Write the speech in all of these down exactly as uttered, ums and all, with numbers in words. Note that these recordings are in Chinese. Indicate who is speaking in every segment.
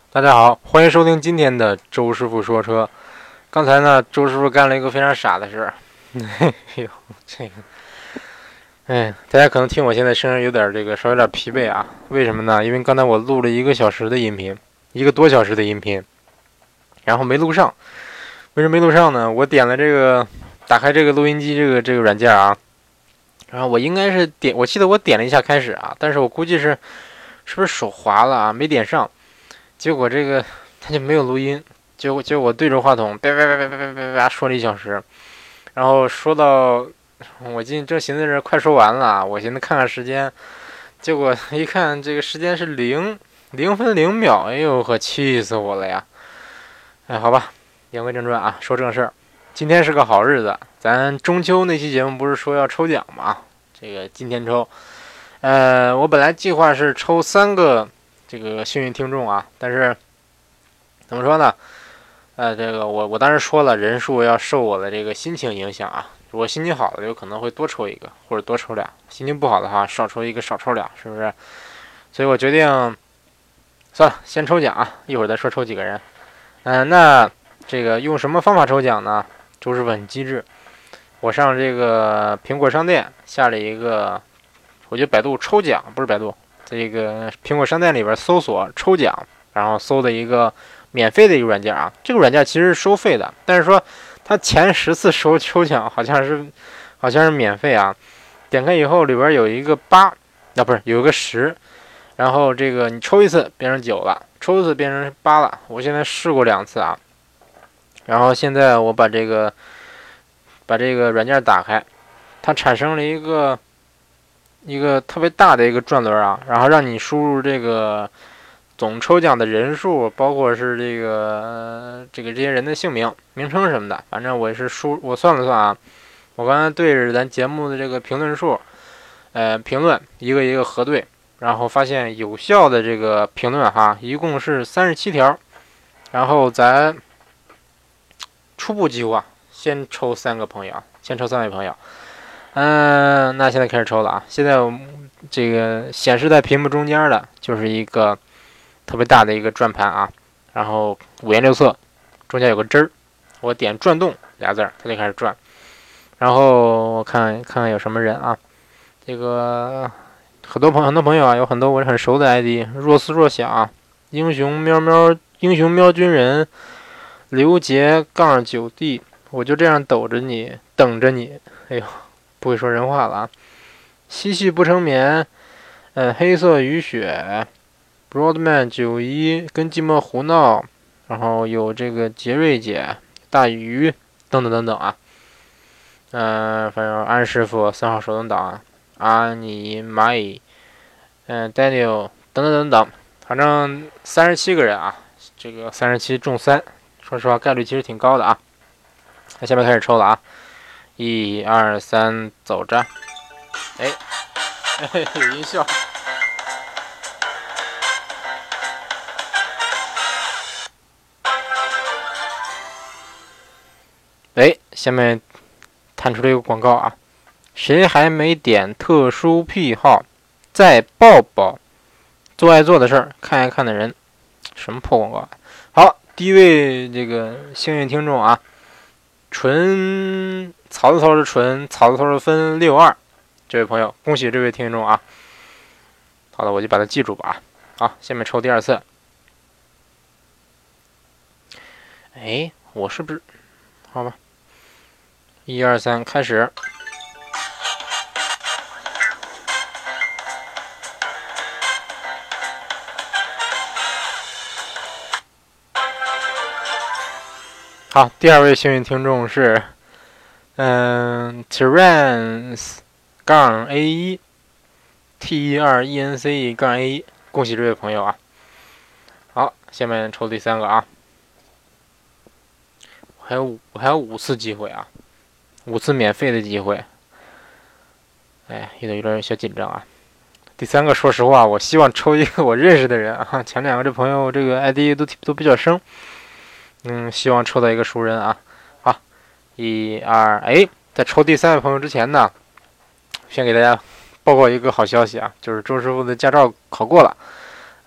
Speaker 1: 大家好，欢迎收听今天的周师傅说车。刚才呢，周师傅干了一个非常傻的事儿。哎呦，这个，哎，大家可能听我现在声音有点这个稍微有点疲惫啊。为什么呢？因为刚才我录了一个小时的音频，一个多小时的音频，然后没录上。为什么没录上呢？我点了这个，打开这个录音机这个这个软件啊，然后我应该是点，我记得我点了一下开始啊，但是我估计是是不是手滑了啊，没点上。结果这个他就没有录音，结果结果我对着话筒叭叭叭叭叭叭叭说了一小时，然后说到我今正寻思着快说完了，我寻思看看时间，结果一看这个时间是零零分零秒，哎呦可气死我了呀！哎，好吧，言归正传啊，说正事儿。今天是个好日子，咱中秋那期节目不是说要抽奖吗？这个今天抽，呃，我本来计划是抽三个。这个幸运听众啊，但是怎么说呢？呃，这个我我当时说了，人数要受我的这个心情影响啊。如果心情好了，有可能会多抽一个，或者多抽俩；心情不好的话，少抽一个，少抽俩，是不是？所以我决定算了，先抽奖啊，一会儿再说抽几个人。嗯、呃，那这个用什么方法抽奖呢？周师傅很机智，我上这个苹果商店下了一个，我觉得百度抽奖不是百度。这个苹果商店里边搜索抽奖，然后搜的一个免费的一个软件啊。这个软件其实是收费的，但是说它前十次收抽奖好像是好像是免费啊。点开以后里边有一个八，啊不是有一个十，然后这个你抽一次变成九了，抽一次变成八了。我现在试过两次啊，然后现在我把这个把这个软件打开，它产生了一个。一个特别大的一个转轮啊，然后让你输入这个总抽奖的人数，包括是这个、呃、这个这些人的姓名、名称什么的。反正我是输，我算了算啊，我刚才对着咱节目的这个评论数，呃，评论一个一个核对，然后发现有效的这个评论哈，一共是三十七条。然后咱初步计划先抽三个朋友，先抽三位朋友。嗯、呃，那现在开始抽了啊！现在我们这个显示在屏幕中间的就是一个特别大的一个转盘啊，然后五颜六色，中间有个针儿，我点转动俩字儿，它就开始转。然后我看看看有什么人啊，这个很多朋友很多朋友啊，有很多我很熟的 I D， 若思若想、英雄喵喵、英雄喵军人、刘杰杠九弟，我就这样等着你，等着你，哎呦。不会说人话了啊！嬉戏不成眠，嗯，黑色雨雪 ，Broadman 九一跟寂寞胡闹，然后有这个杰瑞姐、大鱼等等等等啊，嗯、呃，反正安师傅三号手动挡，阿尼麦，嗯 ，Daniel 等等等等，反正三十七个人啊，这个三十七中三，说实话概率其实挺高的啊。那下面开始抽了啊。一二三，走着！哎，哎，有音效。哎，下面弹出了一个广告啊，谁还没点特殊癖好，再抱抱，做爱做的事儿，看一看的人，什么破广告？好，第一位这个幸运听众啊，纯。草字头是纯，草字头是分六二，这位朋友，恭喜这位听众啊！好的，我就把它记住吧。好，下面抽第二次。哎，我是不是？好吧，一二三，开始。好，第二位幸运听众是。嗯 ，Terence 杠 A 一 T 一二 E N C E 杠 A 一，恭喜这位朋友啊！好，下面抽第三个啊，我还有五，我还有五次机会啊，五次免费的机会。哎，有点有点小紧张啊。第三个，说实话，我希望抽一个我认识的人啊。前两个这朋友这个 I D 都都比较生，嗯，希望抽到一个熟人啊。一二，哎，在抽第三位朋友之前呢，先给大家报告一个好消息啊，就是周师傅的驾照考过了，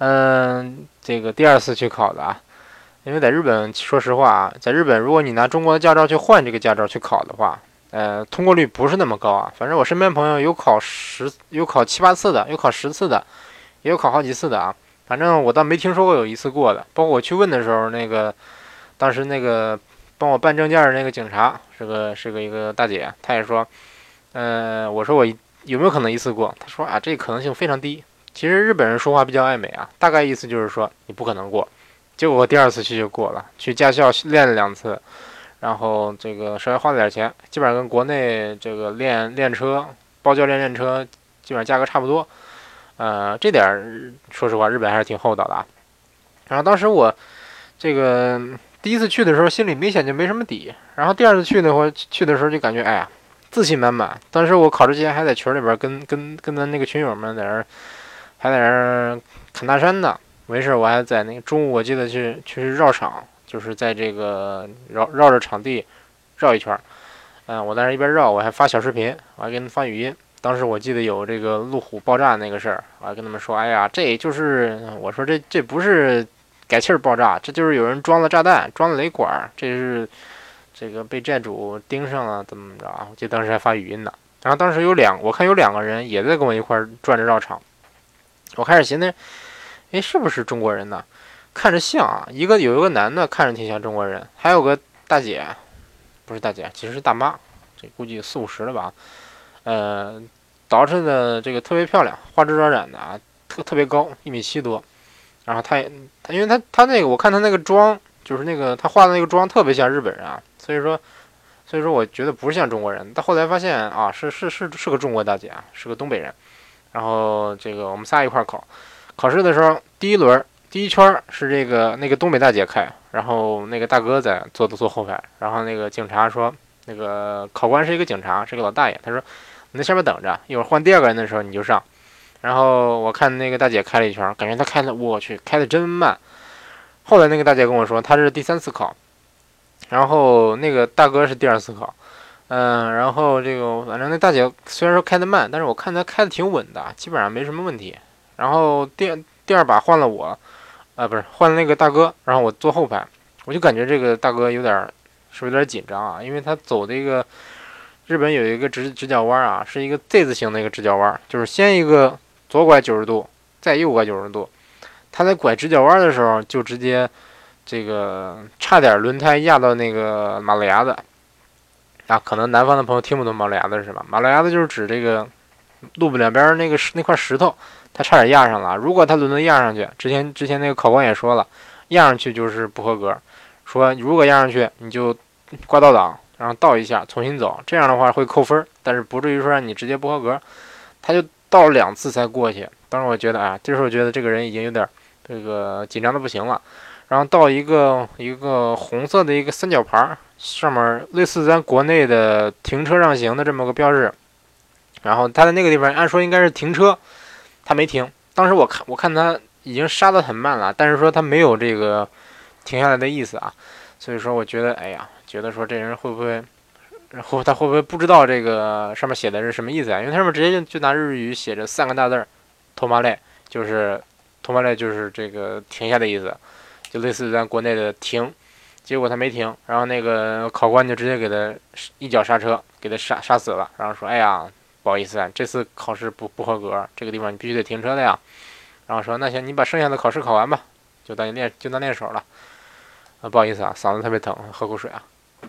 Speaker 1: 嗯，这个第二次去考的啊，因为在日本，说实话啊，在日本如果你拿中国的驾照去换这个驾照去考的话，呃，通过率不是那么高啊。反正我身边朋友有考十，有考七八次的，有考十次的，也有考好几次的啊。反正我倒没听说过有一次过的。包括我去问的时候，那个当时那个帮我办证件的那个警察是个是个一个大姐，她也说，呃，我说我有没有可能一次过？她说啊，这可能性非常低。其实日本人说话比较爱美啊，大概意思就是说你不可能过。结果我第二次去就过了，去驾校练了两次，然后这个稍微花了点钱，基本上跟国内这个练练车、包教练练车基本上价格差不多。呃，这点说实话，日本还是挺厚道的啊。然后当时我这个第一次去的时候，心里明显就没什么底。然后第二次去那会儿去的时候，就感觉哎呀，自信满满。当时我考之前还在群里边跟跟跟咱那个群友们在那儿还在那儿侃大山呢。没事，我还在那个中午，我记得去去绕场，就是在这个绕绕着场地绕一圈。嗯，我在那一边绕，我还发小视频，我还给他们发语音。当时我记得有这个路虎爆炸那个事儿，我还跟他们说，哎呀，这就是我说这这不是改气儿爆炸，这就是有人装了炸弹，装了雷管，这是这个被债主盯上了，怎么怎么着啊？我记得当时还发语音呢。然后当时有两，我看有两个人也在跟我一块转着绕场。我开始寻思，哎，是不是中国人呢？看着像啊，一个有一个男的看着挺像中国人，还有个大姐，不是大姐，其实是大妈，这估计四五十了吧。呃，捯饬的这个特别漂亮，花枝招展的啊，特特别高，一米七多。然后他也，他因为他他那个，我看他那个妆，就是那个他画的那个妆特别像日本人啊，所以说所以说我觉得不是像中国人。但后来发现啊，是是是是个中国大姐啊，是个东北人。然后这个我们仨一块考，考试的时候第一轮第一圈是这个那个东北大姐开，然后那个大哥在坐坐后排，然后那个警察说，那个考官是一个警察，是个老大爷，他说你在下面等着，一会儿换第二个人的时候你就上。然后我看那个大姐开了一圈，感觉她开的，我去，开的真慢。后来那个大姐跟我说，她是第三次考，然后那个大哥是第二次考。嗯，然后这个反正那大姐虽然说开的慢，但是我看她开的挺稳的，基本上没什么问题。然后第第二把换了我，啊不是换了那个大哥，然后我坐后排，我就感觉这个大哥有点是不是有点紧张啊？因为他走的一个日本有一个直直角弯啊，是一个 Z 字形的一个直角弯，就是先一个左拐九十度，再右拐九十度。他在拐直角弯的时候就直接这个差点轮胎压到那个马路牙子。啊，可能南方的朋友听不懂马路牙子是吧？马路牙子就是指这个路不两边那个那块石头，它差点压上了。如果他轮子压上去，之前之前那个考官也说了，压上去就是不合格。说如果压上去，你就挂倒档，然后倒一下，重新走，这样的话会扣分，但是不至于说让你直接不合格。他就倒了两次才过去。当时我觉得啊，这时候觉得这个人已经有点这个紧张的不行了。然后到一个一个红色的一个三角牌，上面类似咱国内的停车让行的这么个标志。然后他在那个地方按说应该是停车，他没停。当时我看我看他已经刹得很慢了，但是说他没有这个停下来的意思啊。所以说我觉得，哎呀，觉得说这人会不会，后他会不会不知道这个上面写的是什么意思啊？因为他上面直接就拿日语写着三个大字儿“托马类”，就是托马类就是这个停下的意思。就类似于咱国内的停，结果他没停，然后那个考官就直接给他一脚刹车，给他刹刹死了，然后说：“哎呀，不好意思啊，这次考试不不合格，这个地方你必须得停车的呀。”然后说：“那行，你把剩下的考试考完吧，就当你练就当练手了。”啊，不好意思啊，嗓子特别疼，喝口水啊。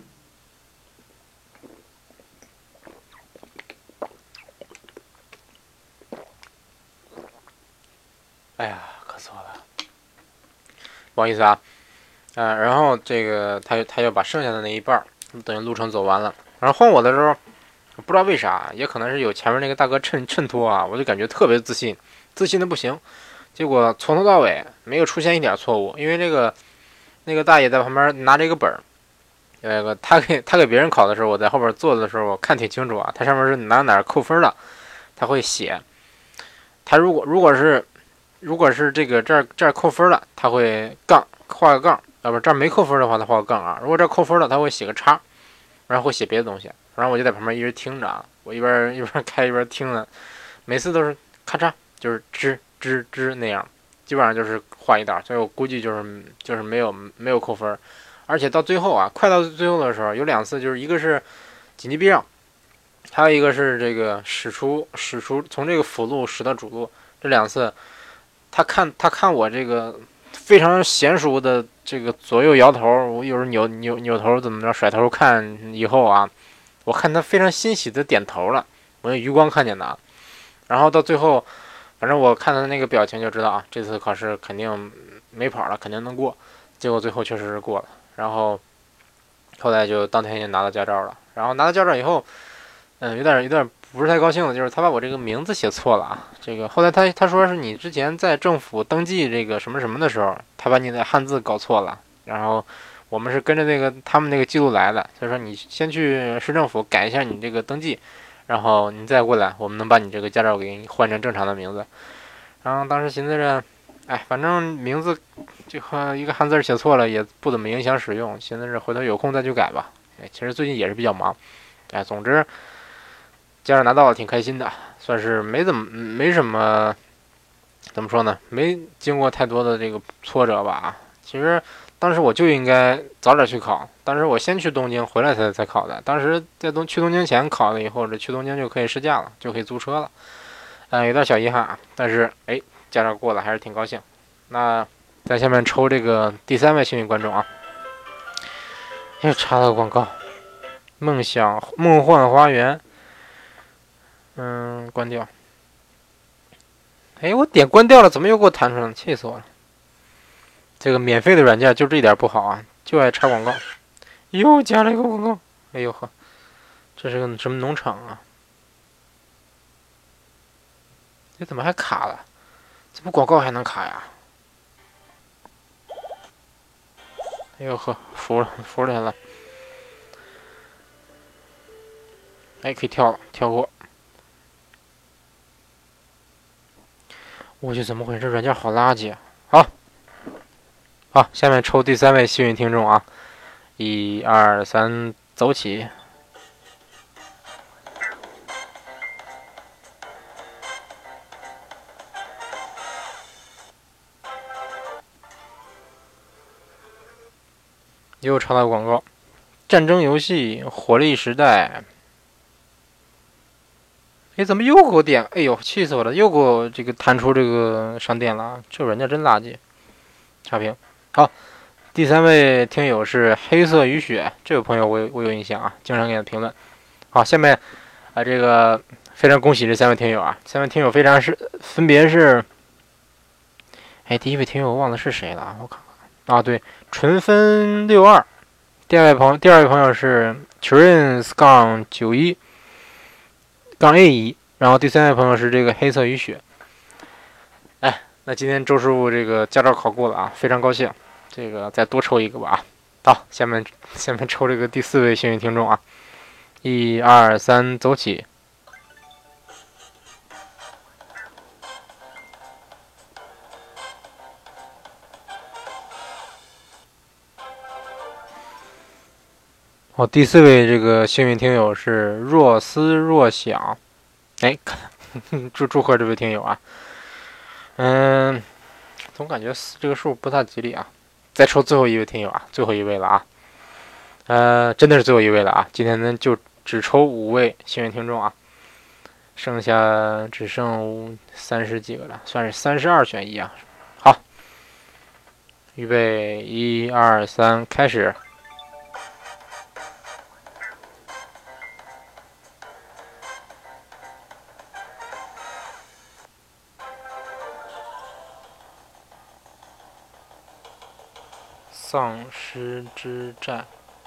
Speaker 1: 哎呀，咳嗽了，不好意思啊。啊，然后这个他他又把剩下的那一半等于路程走完了，然后换我的时候，不知道为啥，也可能是有前面那个大哥衬衬托啊，我就感觉特别自信，自信的不行。结果从头到尾没有出现一点错误，因为这个那个大爷在旁边拿着一个本儿，那个他给他给别人考的时候，我在后边坐的时候，我看挺清楚啊，他上面是哪哪扣分的，他会写。他如果如果是如果是这个这儿这儿扣分了，他会杠画个杠。要不这儿没扣分的话，他画个杠啊。如果这儿扣分了，他会写个叉，然后会写别的东西。然后我就在旁边一直听着啊，我一边一边开一边听了，每次都是咔嚓，就是吱吱吱那样。 基本上就是画一道，所以我估计就是就是没有没有扣分。而且到最后啊，快到最后的时候，有两次就是一个是紧急避让，还有一个是这个使出使出从这个辅路使到主路，这两次他看他看我这个非常娴熟的这个左右摇头，我有时候扭扭扭头怎么着甩头看以后啊，我看他非常欣喜的点头了，我用余光看见的。然后到最后，反正我看他那个表情就知道啊，这次考试肯定没跑了，肯定能过。结果最后确实是过了。然后后来就当天就拿到驾照了。然后拿到驾照以后，嗯，有点有点不是太高兴的，就是他把我这个名字写错了啊。这个后来他他说是你之前在政府登记这个什么什么的时候，他把你的汉字搞错了。然后我们是跟着那个他们那个记录来的，所以说你先去市政府改一下你这个登记，然后你再过来，我们能把你这个驾照给你换成正常的名字。然后当时寻思着，哎，反正名字这个一个汉字写错了也不怎么影响使用，寻思着回头有空再去改吧。哎，其实最近也是比较忙，哎，总之驾照拿到了挺开心的，算是没怎么没什么怎么说呢，没经过太多的这个挫折吧。其实当时我就应该早点去考，当时我先去东京，回来才才考的。当时在东去东京前考了以后，这去东京就可以试驾了，就可以租车了。嗯，有点小遗憾啊，但是哎，驾照过了还是挺高兴。那在下面抽这个第三位幸运观众啊，又插了个广告，梦想梦幻花园，嗯，关掉。哎，我点关掉了，怎么又给我弹出来了？气死我了！这个免费的软件就这一点不好啊，就爱插广告。又加了一个广告，哎呦呵，这是个什么农场啊？这怎么还卡了？这不广告还能卡呀？哎呦呵，服了服了了！哎，可以跳了，跳过。我去，怎么回事？软件好垃圾啊！好，好，下面抽第三位幸运听众啊！一二三，走起！又插到广告，战争游戏、火力时代。哎，怎么又给我点？哎呦，气死我了！又给我这个弹出这个商店了，这软件真垃圾。差评。好，第三位听友是黑色雨雪，这位朋友我有我有印象啊，经常给他评论。好，下面啊，这个非常恭喜这三位听友啊，三位听友非常是分别是，哎，第一位听友我忘了是谁了，我看看啊，对，纯分六二。第二位朋友，第二位朋友是 Trins 杠九一杠 A 一，然后第三位朋友是这个黑色雨雪。哎，那今天周师傅这个驾照考过了啊，非常高兴。这个再多抽一个吧啊！好，下面下面抽这个第四位幸运听众啊，一二三，走起！哦，第四位这个幸运听友是若思若想，哎，祝祝贺这位听友啊！嗯，总感觉这个数不大吉利啊。再抽最后一位听友啊，最后一位了啊！呃，真的是最后一位了啊！今天呢就只抽五位幸运听众啊，剩下只剩三十几个了，算是三十二选一啊。好，预备，一二三，开始。丧尸之战。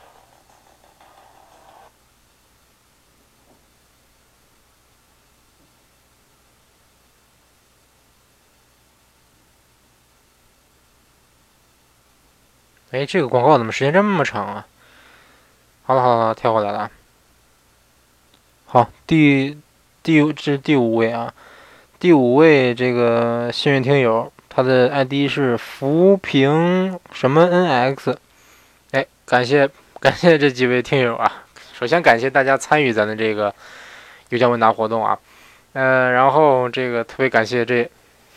Speaker 1: 哎，这个广告怎么时间这么长啊？好了好了，跳过来了。好，第第这是第五位啊，第五位这个幸运听友，他的 I D 是浮萍什么 N X。哎，感谢感谢这几位听友啊！首先感谢大家参与咱的这个邮件问答活动啊，呃，然后这个特别感谢这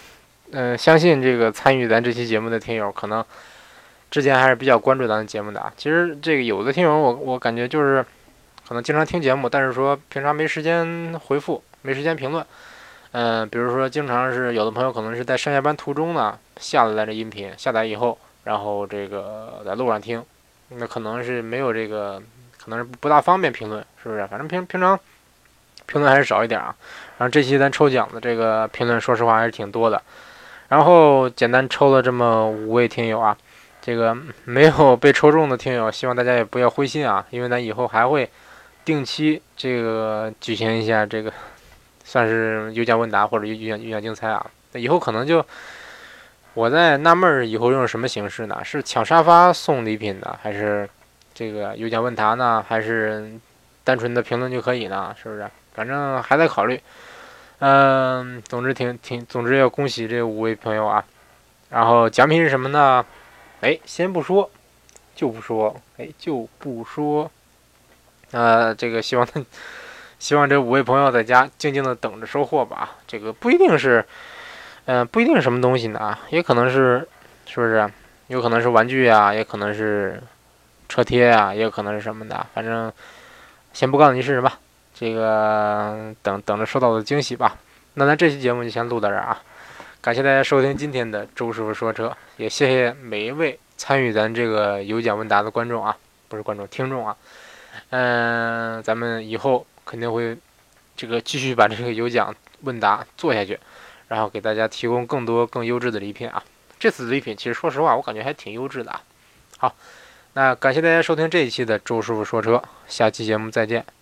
Speaker 1: 嗯、呃，相信这个参与咱这期节目的听友，可能之前还是比较关注咱的节目的啊。其实这个有的听友我，我我感觉就是可能经常听节目，但是说平常没时间回复，没时间评论。嗯、呃，比如说经常是有的朋友可能是在上下班途中呢下载来这音频，下载以后，然后这个在路上听，那可能是没有这个，可能是不大方便评论，是不是？反正平平常评论还是少一点啊。然后这期咱抽奖的这个评论，说实话还是挺多的。然后简单抽了这么五位听友啊，这个没有被抽中的听友，希望大家也不要灰心啊，因为咱以后还会定期这个举行一下这个算是有奖问答或者有奖有奖竞猜啊。那以后可能就我在纳闷儿，以后用什么形式呢？是抢沙发送礼品的，还是这个有奖问答呢？还是单纯的评论就可以呢？是不是？反正还在考虑。嗯，总之挺挺，总之要恭喜这五位朋友啊。然后奖品是什么呢？哎，先不说，就不说，哎，就不说。呃，这个希望他，希望这五位朋友在家静静的等着收获吧。这个不一定是，嗯、呃，不一定是什么东西呢，也可能是，是不是？有可能是玩具啊，也可能是车贴啊，也有可能是什么的。反正先不告诉你是什么。这个等等着收到的惊喜吧。那咱这期节目就先录到这儿啊，感谢大家收听今天的周师傅说车，也谢谢每一位参与咱这个有奖问答的观众啊，不是观众，听众啊。嗯、呃，咱们以后肯定会这个继续把这个有奖问答做下去，然后给大家提供更多更优质的礼品啊。这次的礼品其实说实话，我感觉还挺优质的啊。好，那感谢大家收听这一期的周师傅说车，下期节目再见。